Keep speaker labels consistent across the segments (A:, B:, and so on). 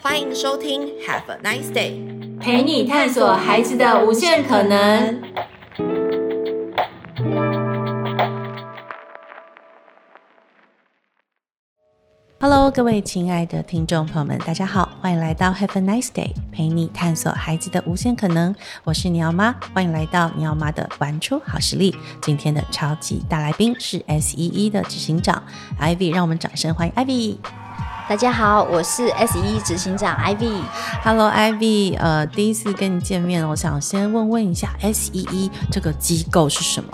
A: 欢迎收听 Have a nice day，
B: 陪你探索孩子的无限可能。
C: Hello， 各位亲爱的听众朋友们，大家好，欢迎来到 Have a nice day， 陪你探索孩子的无限可能。我是鸟妈，欢迎来到鸟妈的玩出好实力。今天的超级大来宾是 SEE 的执行长 Ivy， 让我们掌声欢迎 Ivy。
B: 大家好，我是 SEE 执行长
C: Ivy。Hello Ivy， 第一次跟你见面，我想先问一下 SEE 这个机构是什么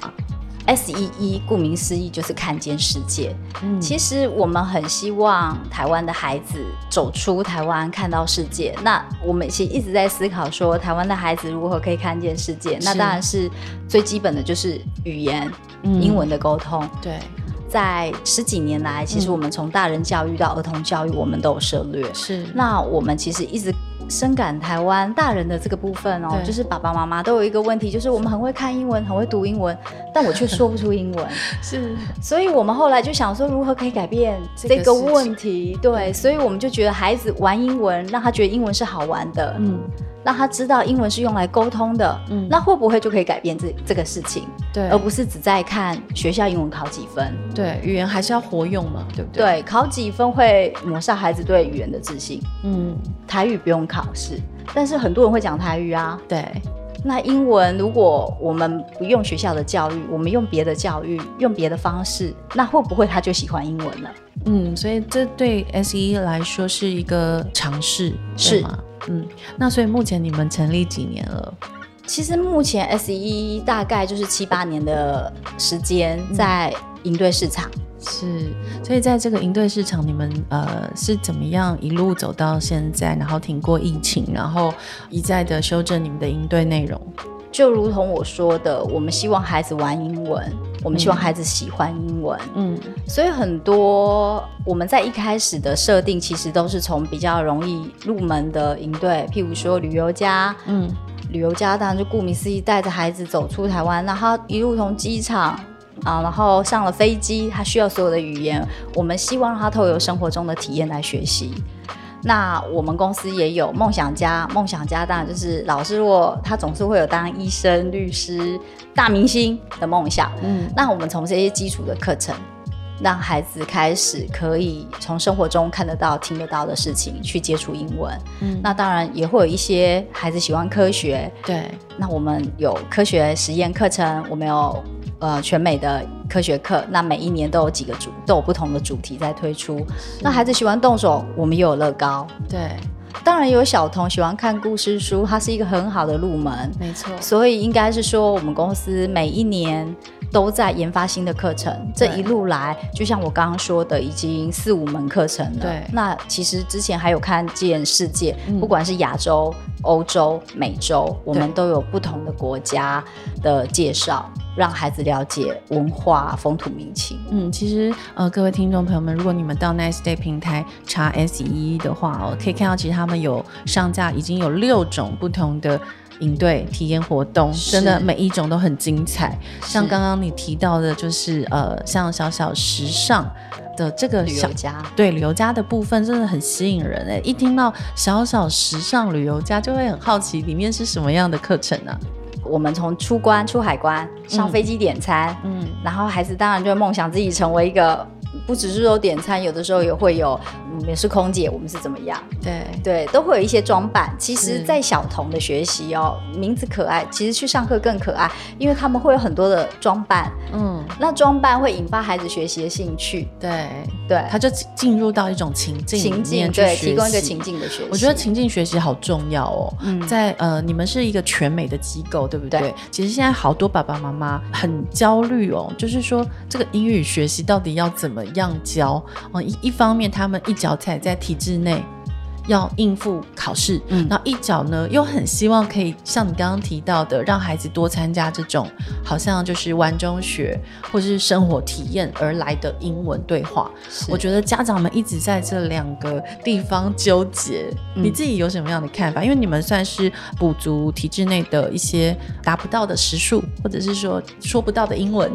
B: ？SEE 顾名思义就是看见世界。其实我们很希望台湾的孩子走出台湾看到世界。那我们其实一直在思考说，台湾的孩子如何可以看见世界？那当然是最基本的就是语言，英文的沟通。
C: 对。
B: 在10几年来，其实我们从大人教育到儿童教育，我们都有涉略。
C: 是。
B: 那我们其实一直深感台湾大人的这个部分哦，就是爸爸妈妈都有一个问题，就是我们很会看英文，很会读英文，但我却说不出英文。
C: 是。
B: 所以我们后来就想说，如何可以改变这个问题？对，所以我们就觉得孩子玩英文，让他觉得英文是好玩的。让他知道英文是用来沟通的，那会不会就可以改变这个事情？
C: 对，
B: 而不是只在看学校英文考几分。
C: 对，语言还是要活用嘛，对不对？
B: 对，考几分会抹杀孩子对语言的自信。台语不用考试，但是很多人会讲台语啊。
C: 对。
B: 那英文如果我们不用学校的教育，我们用别的教育，用别的方式，那会不会他就喜欢英文了？
C: 所以这对 SEE 来说是一个尝试，
B: 是
C: 吗？那所以目前你们成立几年了？
B: 其实目前 SEE 大概就是7、8年的时间在营队市场。
C: 是，所以在这个营队市场，你们是怎么样一路走到现在，然后挺过疫情，然后一再的修正你们的营队内容？
B: 就如同我说的，我们希望孩子玩英文，我们希望孩子喜欢英文。所以很多我们在一开始的设定，其实都是从比较容易入门的营队，譬如说旅游家。旅游家当然就顾名思义，带着孩子走出台湾，然后一路从机场然后上了飞机，他需要所有的语言，我们希望让他透过生活中的体验来学习。那我们公司也有梦想家，梦想家当然就是老师，如果他总是会有当医生、律师、大明星的梦想。那我们从这些基础的课程，让孩子开始可以从生活中看得到、听得到的事情去接触英文。那当然也会有一些孩子喜欢科学，
C: 对，
B: 那我们有科学实验课程，我们有全美的科学课，那每一年都有几个都有不同的主题在推出。那孩子喜欢动手，我们也有乐高。
C: 对，
B: 当然有小童喜欢看故事书，它是一个很好的入门。
C: 没错。所
B: 以应该是说，我们公司每一年都在研发新的课程，这一路来就像我刚刚说的，已经4、5门课程了。
C: 对，
B: 那其实之前还有看见世界，不管是亚洲、欧洲、美洲，我们都有不同的国家的介绍，让孩子了解文化、风土民情。
C: 其实各位听众朋友们，如果你们到 Nice Day 平台查 SEE 的话可以看到其实他们有上架已经有6种不同的营队体验活动，真的每一种都很精彩。像刚刚你提到的就是像小小时尚的这个
B: 旅游家，
C: 对，旅游家的部分真的很吸引人一听到小小时尚旅游家就会很好奇里面是什么样的课程啊。
B: 我们从出海关上飞机点餐，然后孩子当然就会梦想自己成为一个，不只是说点餐，有的时候也会有也是空姐，我们是怎么样，对，都会有一些装扮。其实在小童的学习名字可爱，其实去上课更可爱，因为他们会有很多的装扮。那装扮会引发孩子学习的兴趣。对，
C: 他就进入到一种情境里面去学习，
B: 对，提供一个情境的学习。
C: 我觉得情境学习好重要在你们是一个全美的机构，对不对？其实现在好多爸爸妈妈很焦虑就是说这个英语学习到底要怎么样教一方面他们一脚踩在体制内要应付考试，然后一脚呢又很希望可以像你刚刚提到的让孩子多参加这种好像就是玩中学或是生活体验而来的英文对话。我觉得家长们一直在这2个地方纠结，你自己有什么样的看法？因为你们算是补足体制内的一些达不到的时数，或者是说不到的英文。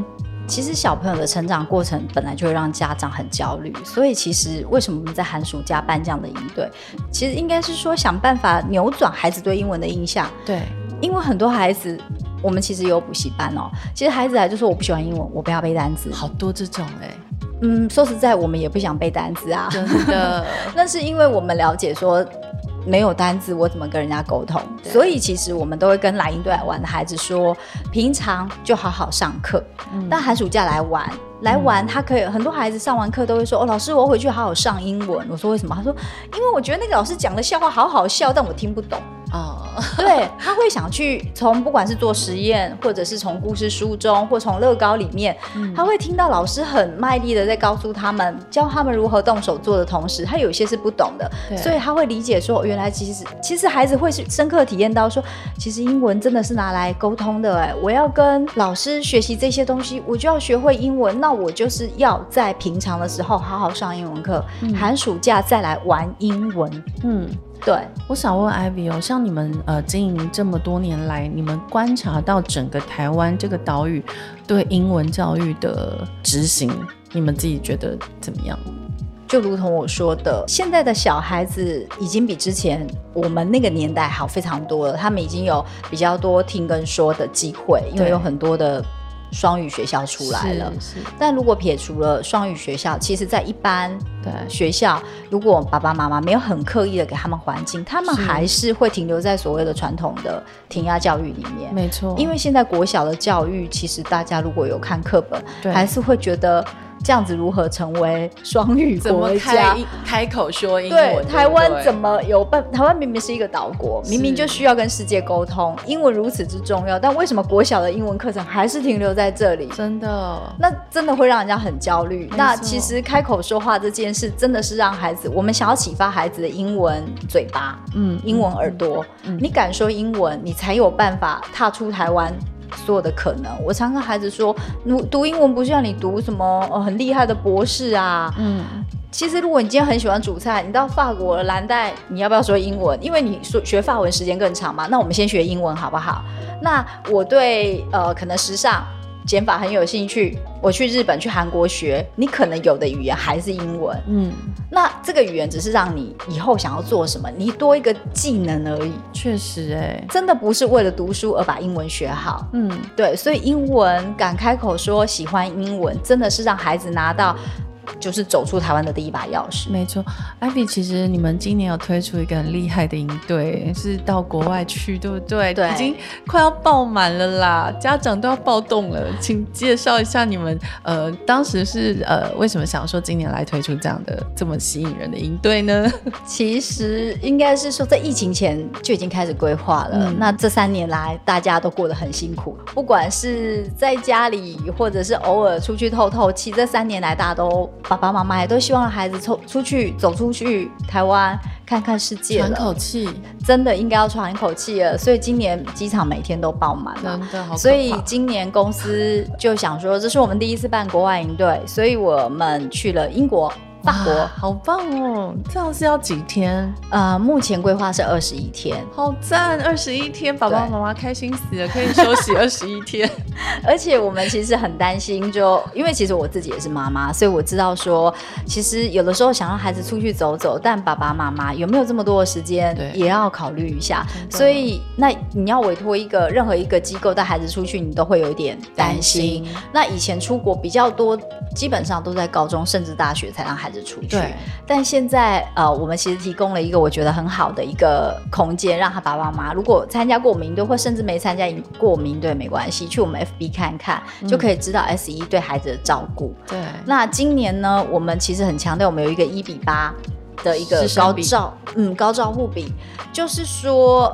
B: 其实小朋友的成长过程本来就会让家长很焦虑，所以其实为什么我们在寒暑假办这样的营队，其实应该是说想办法扭转孩子对英文的印象。
C: 对，
B: 因为很多孩子，我们其实有补习班哦，其实孩子来就说我不喜欢英文，我不要背单词，
C: 好多这种
B: 说实在我们也不想背单词啊，
C: 真的
B: 那是因为我们了解说没有单字我怎么跟人家沟通，所以其实我们都会跟来营队来玩的孩子说，平常就好好上课，但寒暑假来玩他可以，很多孩子上完课都会说，老师我回去好好上英文。我说为什么？他说因为我觉得那个老师讲的笑话好好笑，但我听不懂。对，他会想去从不管是做实验，或者是从故事书中，或从乐高里面，他会听到老师很卖力的在告诉他们，教他们如何动手做的同时，他有些是不懂的，所以他会理解说，原来其实孩子会是深刻体验到说，其实英文真的是拿来沟通的。我要跟老师学习这些东西，我就要学会英文，那我就是要在平常的时候好好上英文课，寒暑假再来玩英文。对，
C: 我想问 Ivy 像你们经营这么多年来，你们观察到整个台湾这个岛屿对英文教育的执行，你们自己觉得怎么样？
B: 就如同我说的，现在的小孩子已经比之前我们那个年代好非常多了，他们已经有比较多听跟说的机会，因为有很多的双语学校出来了。但如果撇除了双语学校，其实在一般学校，如果爸爸妈妈没有很刻意的给他们环境，他们还是会停留在所谓的传统的填鸭教育里面。
C: 没错，
B: 因为现在国小的教育，其实大家如果有看课本，还是会觉得这样子如何成为双语国家？
C: 怎么开口说英文？
B: 对，台湾怎么有办？台湾明明是一个岛国，明明就需要跟世界沟通，英文如此之重要，但为什么国小的英文课程还是停留在这里？
C: 真的，
B: 那真的会让人家很焦虑。那其实开口说话这件事，真的是让孩子，我们想要启发孩子的英文嘴巴，英文耳朵，你敢说英文，你才有办法踏出台湾所有的可能。我常跟孩子说，读英文不是让你读什么很厉害的博士啊。其实如果你今天很喜欢煮菜，你到法国蓝带，你要不要说英文？因为你学法文时间更长嘛。那我们先学英文好不好？那我对可能时尚减法很有兴趣，我去日本去韩国学，你可能有的语言还是英文。那这个语言只是让你以后想要做什么，你多一个技能而已。
C: 确实
B: 真的不是为了读书而把英文学好。对，所以英文敢开口说喜欢英文，真的是让孩子拿到就是走出台湾的第一把钥匙。
C: 没错，Ivy，其实你们今年有推出一个很厉害的营队，是到国外去，对不对？
B: 对，
C: 已经快要爆满了啦，家长都要暴动了。请介绍一下你们当时是为什么想说今年来推出这样的这么吸引人的营队呢？
B: 其实应该是说在疫情前就已经开始规划了。那这3年来大家都过得很辛苦，不管是在家里或者是偶尔出去透透气，这3年来大家都爸爸妈妈也都希望让孩子走出去台湾看看世界了，
C: 喘口气，
B: 真的应该要喘一口气了。所以今年机场每天都爆满了，
C: 真的好可怕。
B: 所以今年公司就想说，这是我们第一次办国外营队，所以我们去了英国、法国。
C: 好棒哦！这样是要几天？
B: 目前规划是21天。
C: 好赞，21天，爸爸妈妈开心死了，可以休息21天。
B: 而且我们其实很担心，因为其实我自己也是妈妈，所以我知道说，其实有的时候想让孩子出去走走，但爸爸妈妈有没有这么多的时间，也要考虑一下。所以那你要委托任何一个机构带孩子出去，你都会有一点担心。那以前出国比较多，基本上都在高中甚至大学才让孩子出去。但现在我们其实提供了一个我觉得很好的一个空间，让他爸爸妈妈如果参加过我们营队，或甚至没参加过我们营队没关系，去我们 FB 看看，就可以知道 S1 对孩子的照顾。对，那今年呢，我们其实很强调，我们有一个1:8的一个高照护比，就是说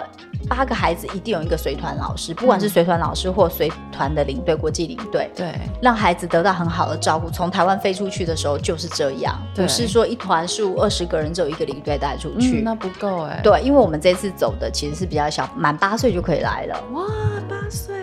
B: 8个孩子一定有一个随团老师，不管是随团老师或随团的领队、国际领队，对，让孩子得到很好的照顾。从台湾飞出去的时候就是这样，不是说一团数20个人只有一个领队带出去，
C: 那不够
B: 对，因为我们这次走的其实是比较小，满8岁就可以来了。
C: 哇，8岁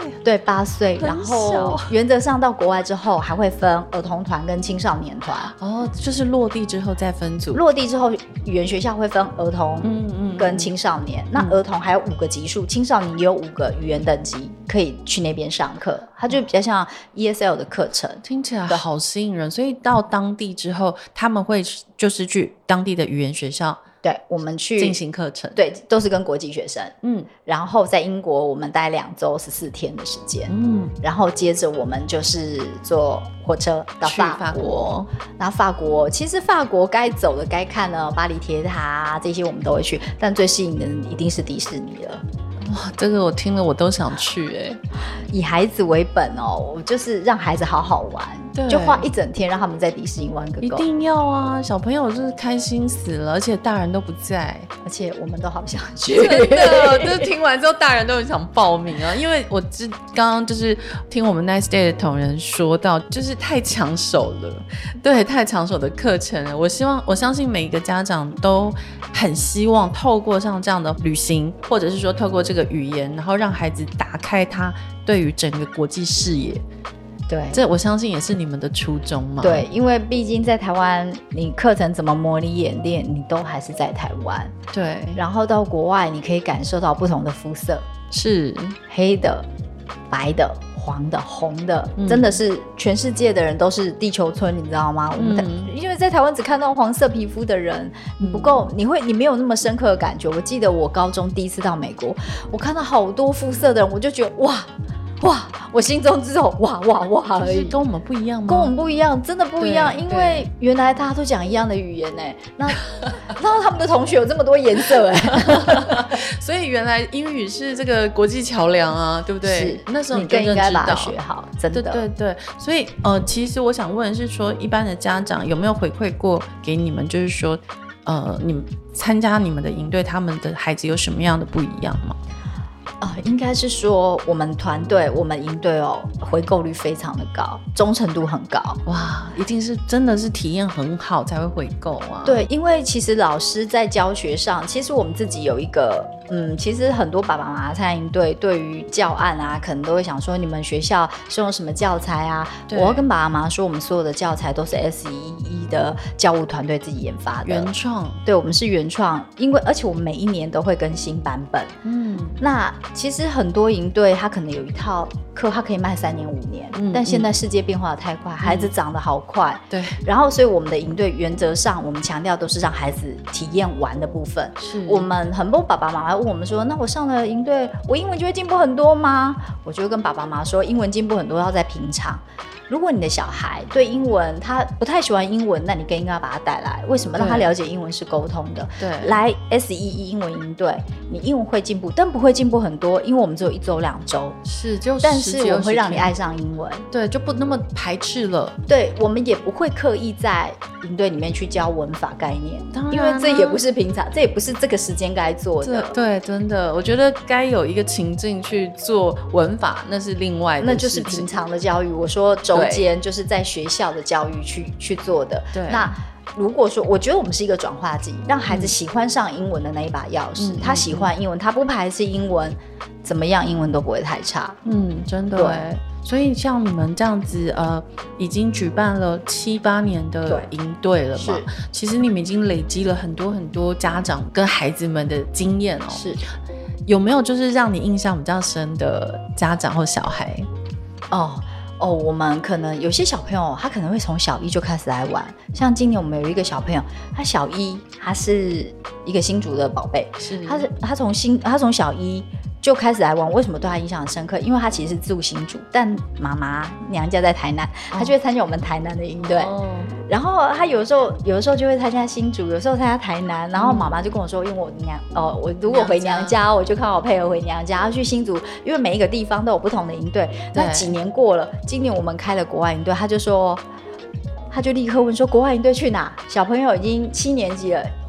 B: 对，8岁，然后原则上到国外之后还会分儿童团跟青少年团。
C: 哦，就是落地之后再分组。
B: 落地之后，语言学校会分儿童跟青少年。那儿童还有5个级数，青少年也有5个语言等级可以去那边上课，它就比较像 ESL 的课程。
C: 听起来好吸引人。所以到当地之后，他们会就是去当地的语言学校。
B: 对，我们去
C: 进行课程，
B: 对，都是跟国际学生。然后在英国我们待2周14天的时间。然后接着我们就是坐火车到法国。然后其实法国该走的该看的巴黎铁塔这些我们都会去，但最吸引的一定是迪士尼了。
C: 哇，这个我听了我都想去
B: 以孩子为本我就是让孩子好好玩，就花1整天让他们在迪士尼玩个够。
C: 一定要啊，小朋友就是开心死了，而且大人都不在，
B: 而且我们都好想去。
C: 真的，就是听完之后大人都很想报名啊，因为我刚刚就是听我们 Nice Day 的同仁说到，就是太抢手了，对，太抢手的课程了。我相信每一个家长都很希望透过像这样的旅行，或者是说透过这个语言，然后让孩子打开他对于整个国际视野。对，这我相信也是你们的初衷嘛。
B: 对，因为毕竟在台湾，你课程怎么模拟演练，你都还是在台湾。
C: 对，
B: 然后到国外，你可以感受到不同的肤色，
C: 是
B: 黑的、白的、黄的、红的，真的是全世界的人都是地球村，你知道吗？因为在台湾只看到黄色皮肤的人，你不够，你没有那么深刻的感觉。我记得我高中第一次到美国，我看到好多肤色的人，我就觉得哇，我心中只有哇而已。
C: 跟我们不一样吗？
B: 跟我们不一样，真的不一样。因为原来大家都讲一样的语言那他们的同学有这么多颜色
C: 所以原来英语是这个国际桥梁啊，对不对？
B: 是，
C: 那时候
B: 你更应该把它学好，真的。
C: 对。所以其实我想问的是说，一般的家长有没有回馈过给你们，就是说你们参加你们的营队，他们的孩子有什么样的不一样吗？
B: 应该是说我们团队我们营队回购率非常的高，忠诚度很高。
C: 哇，一定是真的是体验很好才会回购啊。
B: 对，因为其实老师在教学上，其实我们自己有一个其实很多爸爸妈妈参加营队对于教案啊，可能都会想说你们学校是用什么教材啊？我要跟爸爸妈妈说，我们所有的教材都是 SEE 的教务团队自己研发的，
C: 原创。对，
B: 我们是原创，而且我们每一年都会更新版本。那其实很多营队它可能有一套课，它可以卖3年5年，但现在世界变化的太快，孩子长得好快。
C: 对，
B: 然后所以我们的营队原则上我们强调都是让孩子体验玩的部分。
C: 是，
B: 我们很多爸爸妈妈问我们说，那我上了营队，我英文就会进步很多吗？我就会跟爸爸妈妈说，英文进步很多要在平常。如果你的小孩对英文他不太喜欢英文，那你更应该把他带来。为什么？让他了解英文是沟通的。
C: 对，
B: 来 SEE 英文营队，你英文会进步，但不会进步很多，因为我们只有1周2周。
C: 是，就
B: 但是我们会让你爱上英文。
C: 对，就不那么排斥了。
B: 对，我们也不会刻意在营队里面去教文法概念，因为这也不是平常，这也不是这个时间该做的。
C: 对，真的，我觉得该有一个情境去做文法，那是另外的事情，
B: 那就是平常的教育。我说周间就是在学校的教育去做的。
C: 对，
B: 那如果说我觉得我们是一个转化剂，让孩子喜欢上英文的那一把钥匙，他喜欢英文，他不排斥英文，怎么样英文都不会太差。
C: 真的。对，所以像你们这样子已经举办了7、8年的营队了嘛，其实你们已经累积了很多很多家长跟孩子们的经验
B: 是，
C: 有没有就是让你印象比较深的家长或小孩？
B: 我们可能有些小朋友他可能会从小1就开始来玩，像今年我们有一个小朋友，他小1，他是一个新竹的宝贝，
C: 是
B: 他从小1就开始来玩。为什么对他印象很深刻？因为他其实是住新竹，但妈妈娘家在台南，他就会参加我们台南的营队。然后他有的时候就会参加新竹，有时候参加台南。然后妈妈就跟我说，因为我如果回娘家，我就刚好配合回娘家，要去新竹，因为每一个地方都有不同的营队。那几年过了，今年我们开了国外营队，他就立刻问说，国外营队去哪？小朋友已经7年级了，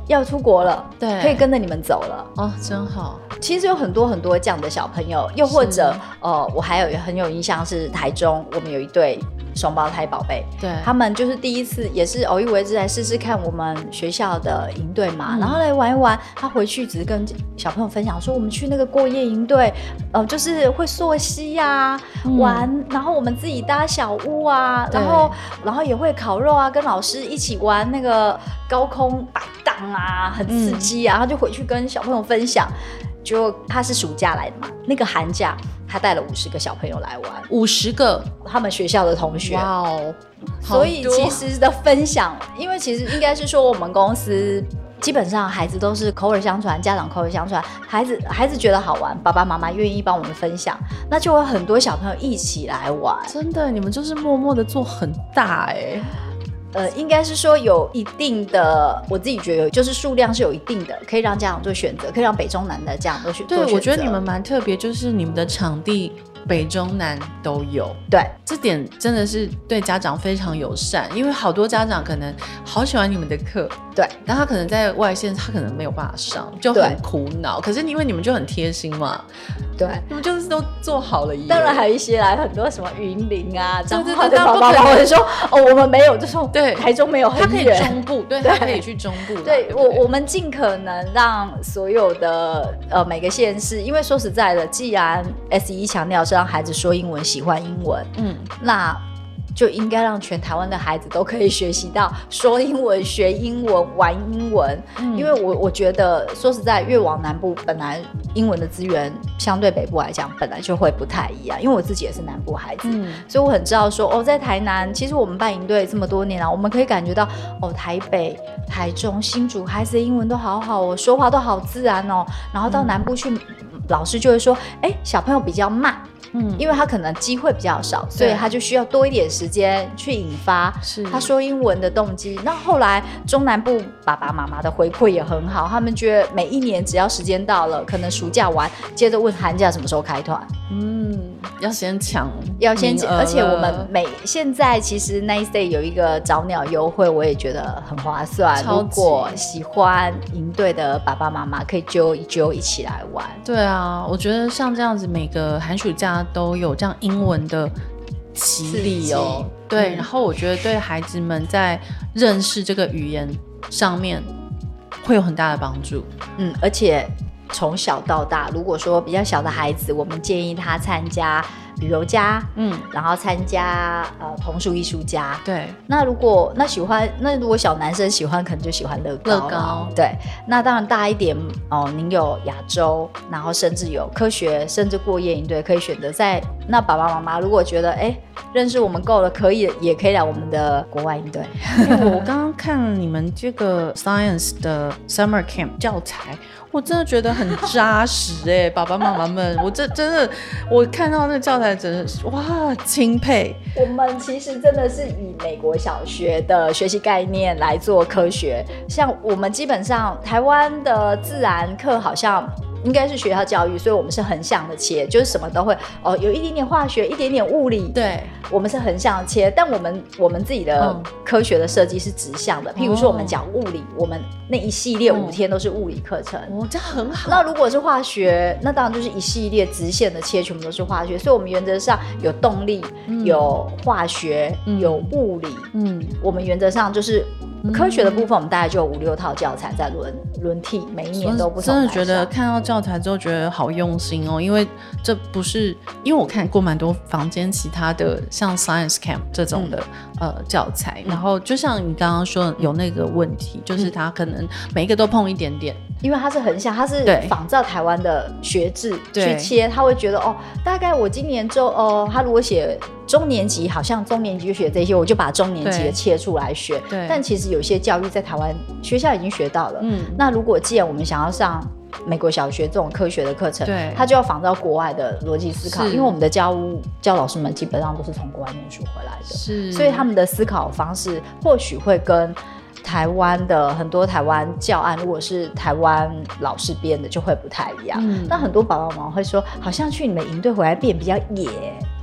B: 要出国了，
C: 对，
B: 可以跟着你们走了。
C: 哦，真好。
B: 其实有很多很多这样的小朋友，又或者我还有很有印象是台中，我们有一对双胞胎宝贝，
C: 对，
B: 他们就是第一次也是偶一为之来试试看我们学校的营队嘛，然后来玩一玩，他回去只是跟小朋友分享说我们去那个过夜营队，就是会溯溪啊，玩，然后我们自己搭小屋啊，然后也会烤肉啊，跟老师一起玩那个高空摆荡啊，很刺激啊，他就回去跟小朋友分享。就他是暑假来的嘛，那个寒假他带了50个小朋友来玩
C: ，50个，
B: 他们学校的同学。
C: 哇哦！
B: 所以其实的分享，因为其实应该是说我们公司基本上孩子都是口耳相传，家长口耳相传，孩子觉得好玩，爸爸妈妈愿意帮我们分享，那就有很多小朋友一起来玩。
C: 真的，你们就是默默的做很大
B: 应该是说有一定的，我自己觉得就是数量是有一定的，可以让家长做选择，可以让北中南的家长都去做选择。
C: 对，我觉得你们蛮特别，就是你们的场地北中南都有。
B: 对，
C: 这点真的是对家长非常友善，因为好多家长可能好喜欢你们的课，
B: 对，
C: 但他可能在外县他可能没有办法上，就很苦恼。可是因为你们就很贴心嘛，
B: 对，
C: 你们就是都做好了耶。
B: 当然还有一些来很多什么云林啊，彰化的宝宝或者说我们没有，就说对台中没有很远，
C: 他可以中部，对，他可以去中部。
B: 对，我们尽可能让所有的每个县市，因为说实在的，既然 S1强调是让孩子说英文、喜欢英文，那就应该让全台湾的孩子都可以学习到说英文、学英文、玩英文。因为我觉得说实在，越往南部，本来英文的资源相对北部来讲，本来就会不太一样。因为我自己也是南部孩子，所以我很知道说在台南，其实我们办营队这么多年了，我们可以感觉到台北、台中、新竹孩子的英文都好好哦，说话都好自然哦。然后到南部去，老师就会说，小朋友比较慢。因为他可能机会比较少，所以他就需要多一点时间去引发他说英文的动机。那后来中南部爸爸妈妈的回馈也很好，他们觉得每一年只要时间到了，可能暑假完，接着问寒假什么时候开团。
C: 要先抢，
B: 而且我们现在其实 Nice Day 有一个早鸟优惠，我也觉得很划算。如果喜欢营队的爸爸妈妈，可以揪一揪一起来玩。
C: 对啊，我觉得像这样子，每个寒暑假都有这样英文的洗礼哦。对，然后我觉得对孩子们在认识这个语言上面会有很大的帮助。
B: 而且从小到大，如果说比较小的孩子，我们建议他参加旅游家，然后参加童书艺术家。
C: 对，
B: 那如果小男生喜欢，可能就喜欢乐高。对，那当然大一点您有亚洲，然后甚至有科学，甚至过夜营队可以选择在。那爸爸妈妈如果觉得认识我们够了，可以也可以来我们的国外营队。
C: 我刚刚看你们这个 Science 的 Summer Camp 教材，我真的觉得很扎实爸爸妈妈们，我真的我看到那个教材真的是哇钦佩。
B: 我们其实真的是以美国小学的学习概念来做科学，像我们基本上台湾的自然课好像应该是学校教育，所以我们是横向的切，就是什么都会有一点点化学，一点点物理。
C: 对，我
B: 们是横向的切，但我们自己的科学的设计是直向的。譬如说我们讲物理，我们那一系列5天都是物理课程。
C: 这样很好。
B: 那如果是化学，那当然就是一系列直线的切，全部都是化学。所以我们原则上有动力，有化学，有物理。我们原则上就是科学的部分，我们大概就有5-6套教材在轮替，每一年都不同。
C: 真的觉得看到教材之后觉得好用心哦，因为这不是因为我看过蛮多房间其他的像 Science Camp 这种的教材，然后就像你刚刚说有那个问题，就是他可能每一个都碰一点点，
B: 因为它是横向，它是仿照台湾的学制去切，他会觉得大概我今年他如果写中年级，好像中年级就学这些，我就把中年级的切出来学。但其实有些教育在台湾学校已经学到了。那如果既然我们想要上美国小学这种科学的课程，他就要仿照国外的逻辑思考，因为我们的教老师们基本上都是从国外念书回来的，所以他们的思考方式或许会跟台湾的很多台湾教案，如果是台湾老师编的，就会不太一样。那很多爸爸妈妈会说，好像去你们营队回来变比较野。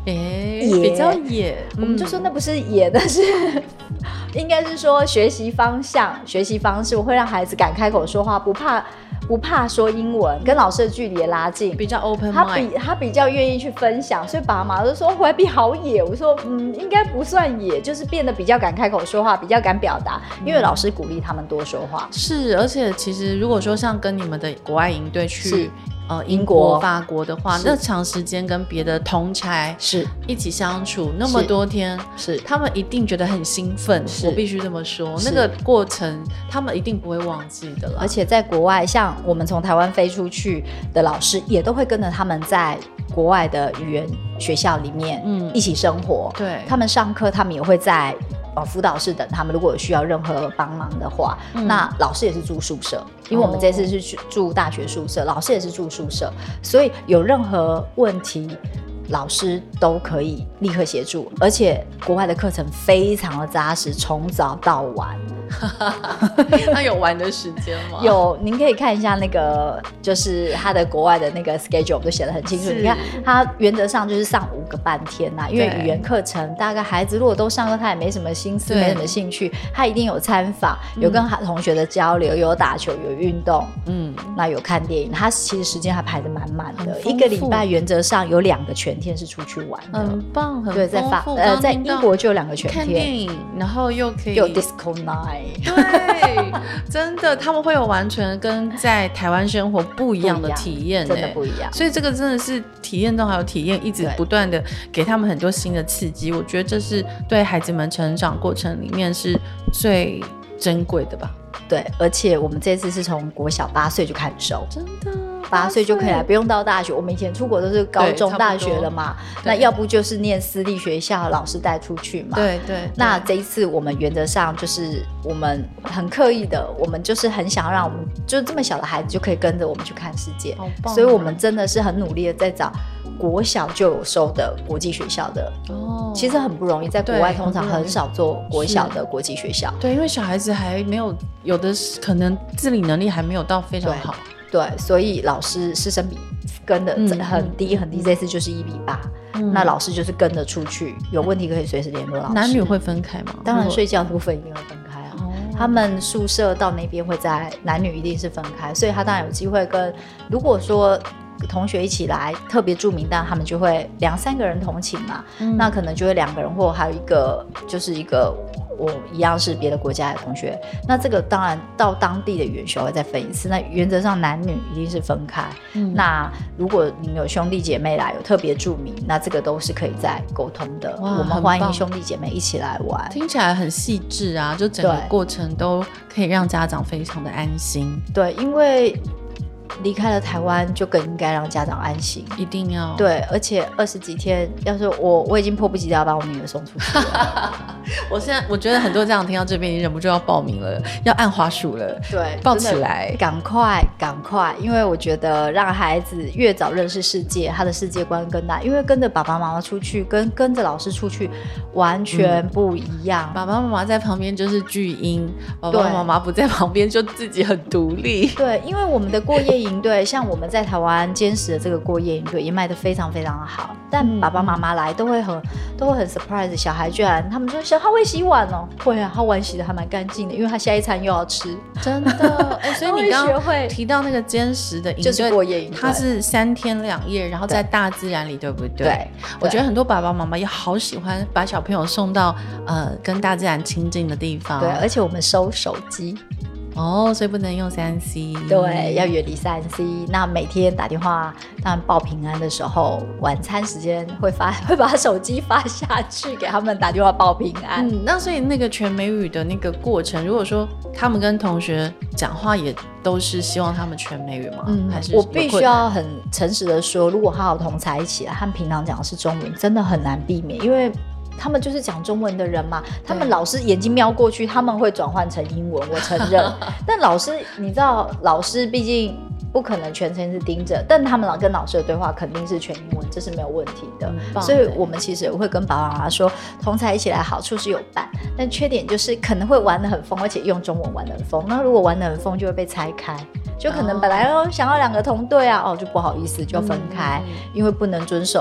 C: 比较野，
B: 我们就说那不是野，但是应该是说学习方向、学习方式，我会让孩子敢开口说话，不怕说英文，跟老师的距离也拉近，
C: 比较 open mind，
B: 他比较愿意去分享，所以爸妈都说怀比好野，我说应该不算野，就是变得比较敢开口说话，比较敢表达，因为老师鼓励他们多说话。
C: 是，而且其实如果说像跟你们的国外营队去英国、法国的话，那长时间跟别的同侪
B: 是一
C: 起相处那么多天，
B: 是
C: 他们一定觉得很兴奋。我必须这么说，那个过程他们一定不会忘记的啦。
B: 而且在国外，像我们从台湾飞出去的老师，也都会跟着他们在国外的语言学校里面一起生活。
C: 对，
B: 他们上课，他们也会在辅导室等他们，如果有需要任何帮忙的话，那老师也是住宿舍，因为我们这次是住大学宿舍，老师也是住宿舍，所以有任何问题老师都可以立刻协助，而且国外的课程非常的扎实，从早到晚。
C: 他有玩的时间吗？
B: 有，您可以看一下那个，就是他的国外的那个 schedule 都写得很清楚。你看，他原则上就是上5个半天呐，因为语言课程大概孩子如果都上课，他也没什么心思，没什么兴趣，他一定有参访，有跟同学的交流，有打球，有运动，那有看电影，他其实时间还排得满满的，一个礼拜原则上有2个全天是出去玩的，
C: 很棒，很
B: 对，在英国就有2个全天，
C: 看电影，然后又可以
B: 有 disco night。
C: 对，真的，他们会有完全跟在台湾生活不一样的体验，
B: 真的不一样。
C: 所以这个真的是体验中还有体验，一直不断的给他们很多新的刺激。我觉得这是对孩子们成长过程里面是最珍贵的吧。
B: 对，而且我们这次是从国小8岁就开始收，
C: 真的。
B: 8岁就可以来，不用到大学。我们以前出国都是高中、大学了嘛，那要不就是念私立学校，老师带出去嘛。
C: 对。
B: 那这一次我们原则上就是我们很刻意的，我们就是很想让我们就这么小的孩子就可以跟着我们去看世界，所以我们真的是很努力的在找国小就有收的国际学校的。其实很不容易，在国外通常很少做国小的国际学校。
C: 对，因为小孩子还没有，有的可能自理能力还没有到非常好。
B: 对，所以老师师生比跟的很低很低，这次就是1:8。那老师就是跟着出去，有问题可以随时联络老师。
C: 男女会分开吗？
B: 当然，睡觉的部分一定会分开啊。他们宿舍到那边会在男女一定是分开，所以他当然有机会跟，如果说同学一起来特别注明，但他们就会2-3个人同寝嘛，那可能就会2个人，或还有一个就是一个我一样是别的国家的同学，那这个当然到当地的语言学会再分一次，那原则上男女一定是分开。那如果您有兄弟姐妹来有特别注明，那这个都是可以再沟通的，我们欢迎兄弟姐妹一起来玩。
C: 听起来很细致啊，就整个过程都可以让家长非常的安心。
B: 对，因为离开了台湾就更应该让家长安心，
C: 一定要。
B: 对，而且20几天，要是我已经迫不及待要把我女儿送出去了。
C: 我觉得很多家长听到这边，你忍不住要报名了，要按滑鼠了，
B: 对，
C: 抱起来，
B: 赶快，因为我觉得让孩子越早认识世界，他的世界观更大，因为跟着爸爸妈妈出去，跟着老师出去完全不一样。
C: 爸爸妈妈在旁边就是巨婴，爸爸妈妈不在旁边就自己很独立。
B: 对，因为我们的过夜营队，像我们在台湾坚持的这个过夜营队也卖得非常非常好，但爸爸妈妈来都会很 surprise， 小孩居然他们说小孩会洗碗哦，会啊，他碗洗得还蛮干净的，因为他下一餐又要吃，
C: 真的。所以你刚刚提到那个坚实的营队，
B: 就是过夜营队，
C: 它是3天2夜，然后在大自然里，对不对？
B: 对，
C: 我觉得很多爸爸妈妈也好喜欢把小朋友送到跟大自然亲近的地方。
B: 对，而且我们收手机。
C: 所以不能用3C，
B: 对，要远离3C。那每天打电话，当然报平安的时候，晚餐时间会把手机发下去给他们打电话报平安。
C: 那所以那个全美语的那个过程，如果说他们跟同学讲话，也都是希望他们全美语吗？还是
B: 我必须要很诚实的说，如果好好同侪一起来，和平常讲的是中文，真的很难避免，因为他们就是讲中文的人嘛，他们老师眼睛瞄过去，他们会转换成英文，我承认。但老师，你知道，老师毕竟不可能全程是盯着，但他们跟老师的对话肯定是全英文，这是没有问题的。所以我们其实也会跟爸爸妈妈说，同侪一起来好处是有伴，但缺点就是可能会玩得很疯，而且用中文玩得很疯。那如果玩得很疯，就会被拆开。就可能本来想要2个同队啊，就不好意思就分开，因为不能遵守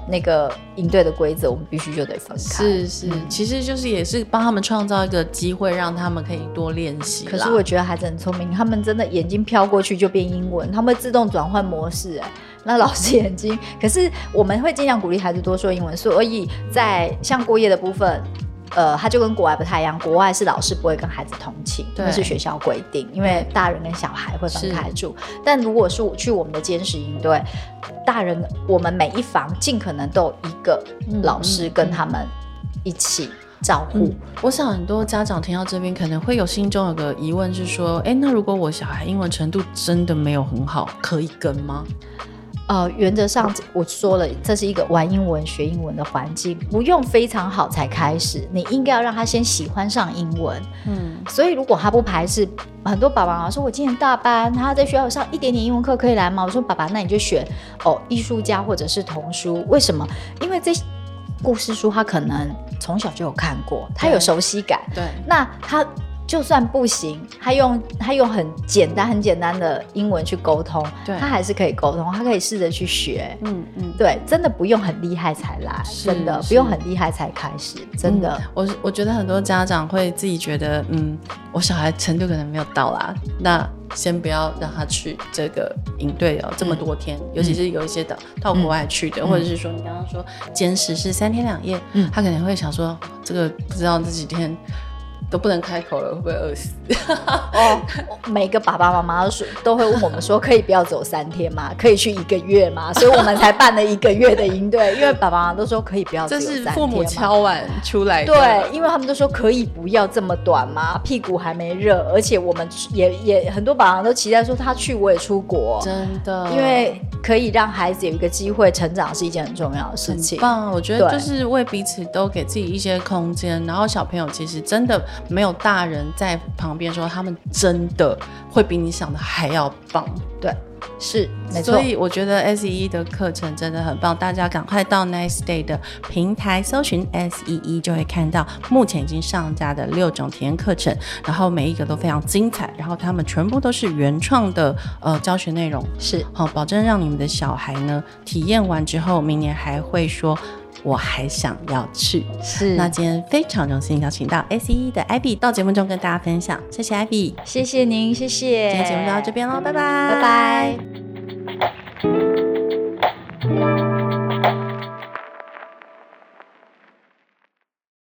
B: 那个营队的规则，我们必须就得分开。
C: 是，其实就是也是帮他们创造一个机会，让他们可以多练习啦。
B: 可是我觉得孩子很聪明，他们真的眼睛飘过去就变英文，他们会自动转换模式。那老师眼睛，可是我们会尽量鼓励孩子多说英文，所以在像过夜的部分。它就跟国外不太一样，国外是老师不会跟孩子同寝，那是学校规定，因为大人跟小孩会分开住。但如果是我去我们的坚实营队，大人我们每一房尽可能都有一个老师跟他们一起照顾。
C: 我想很多家长听到这边可能会有心中有个疑问是说，那如果我小孩英文程度真的没有很好，可以跟吗？
B: 原则上我说了，这是一个玩英文学英文的环境，不用非常好才开始，你应该要让他先喜欢上英文。所以如果他不排斥，很多爸爸妈妈说我今年大班，他在学校上一点点英文课可以来吗？我说爸爸，那你就选艺术家或者是童书。为什么？因为这故事书他可能从小就有看过，他有熟悉感。对，那他就算不行，他用很简单的英文去沟通，他还是可以沟通，他可以试着去学。对，真的不用很厉害才来，真的不用很厉害才开始，真的。
C: 我觉得很多家长会自己觉得，我小孩程度可能没有到啦，那先不要让他去这个营队这么多天，尤其是有一些到国外去的，或者是说你刚刚说坚持是3天2夜，他可能会想说，这个不知道这几天都不能开口了，会不会饿死？
B: 每个爸爸妈妈都会问我们说，可以不要走3天吗？可以去1个月吗？所以我们才办了1个月的营队，因为爸爸妈妈都说可以不要只有3天吗？
C: 这是父母敲碗出来的。
B: 对，因为他们都说可以不要这么短吗？屁股还没热，而且我们也很多爸妈都期待说他去我也出国，
C: 真的，
B: 因为可以让孩子有一个机会成长是一件很重要的事情。
C: 很棒，我觉得就是为彼此都给自己一些空间，然后小朋友其实真的没有大人在旁边说，他们真的会比你想的还要棒。
B: 对，是没错。
C: 所以我觉得 SEE 的课程真的很棒，大家赶快到 Nice Day 的平台搜寻 SEE， 就会看到目前已经上架的6种体验课程，然后每一个都非常精彩，然后他们全部都是原创的教学内容，
B: 是
C: 保证让你们的小孩呢体验完之后，明年还会说我还想要去。
B: 是，
C: 那今天非常荣幸邀请到 SEE 的 Ivy 到节目中跟大家分享，谢谢 Ivy，
B: 谢谢您，谢谢。
C: 今天节目就到这边咯，拜拜，
B: 拜拜。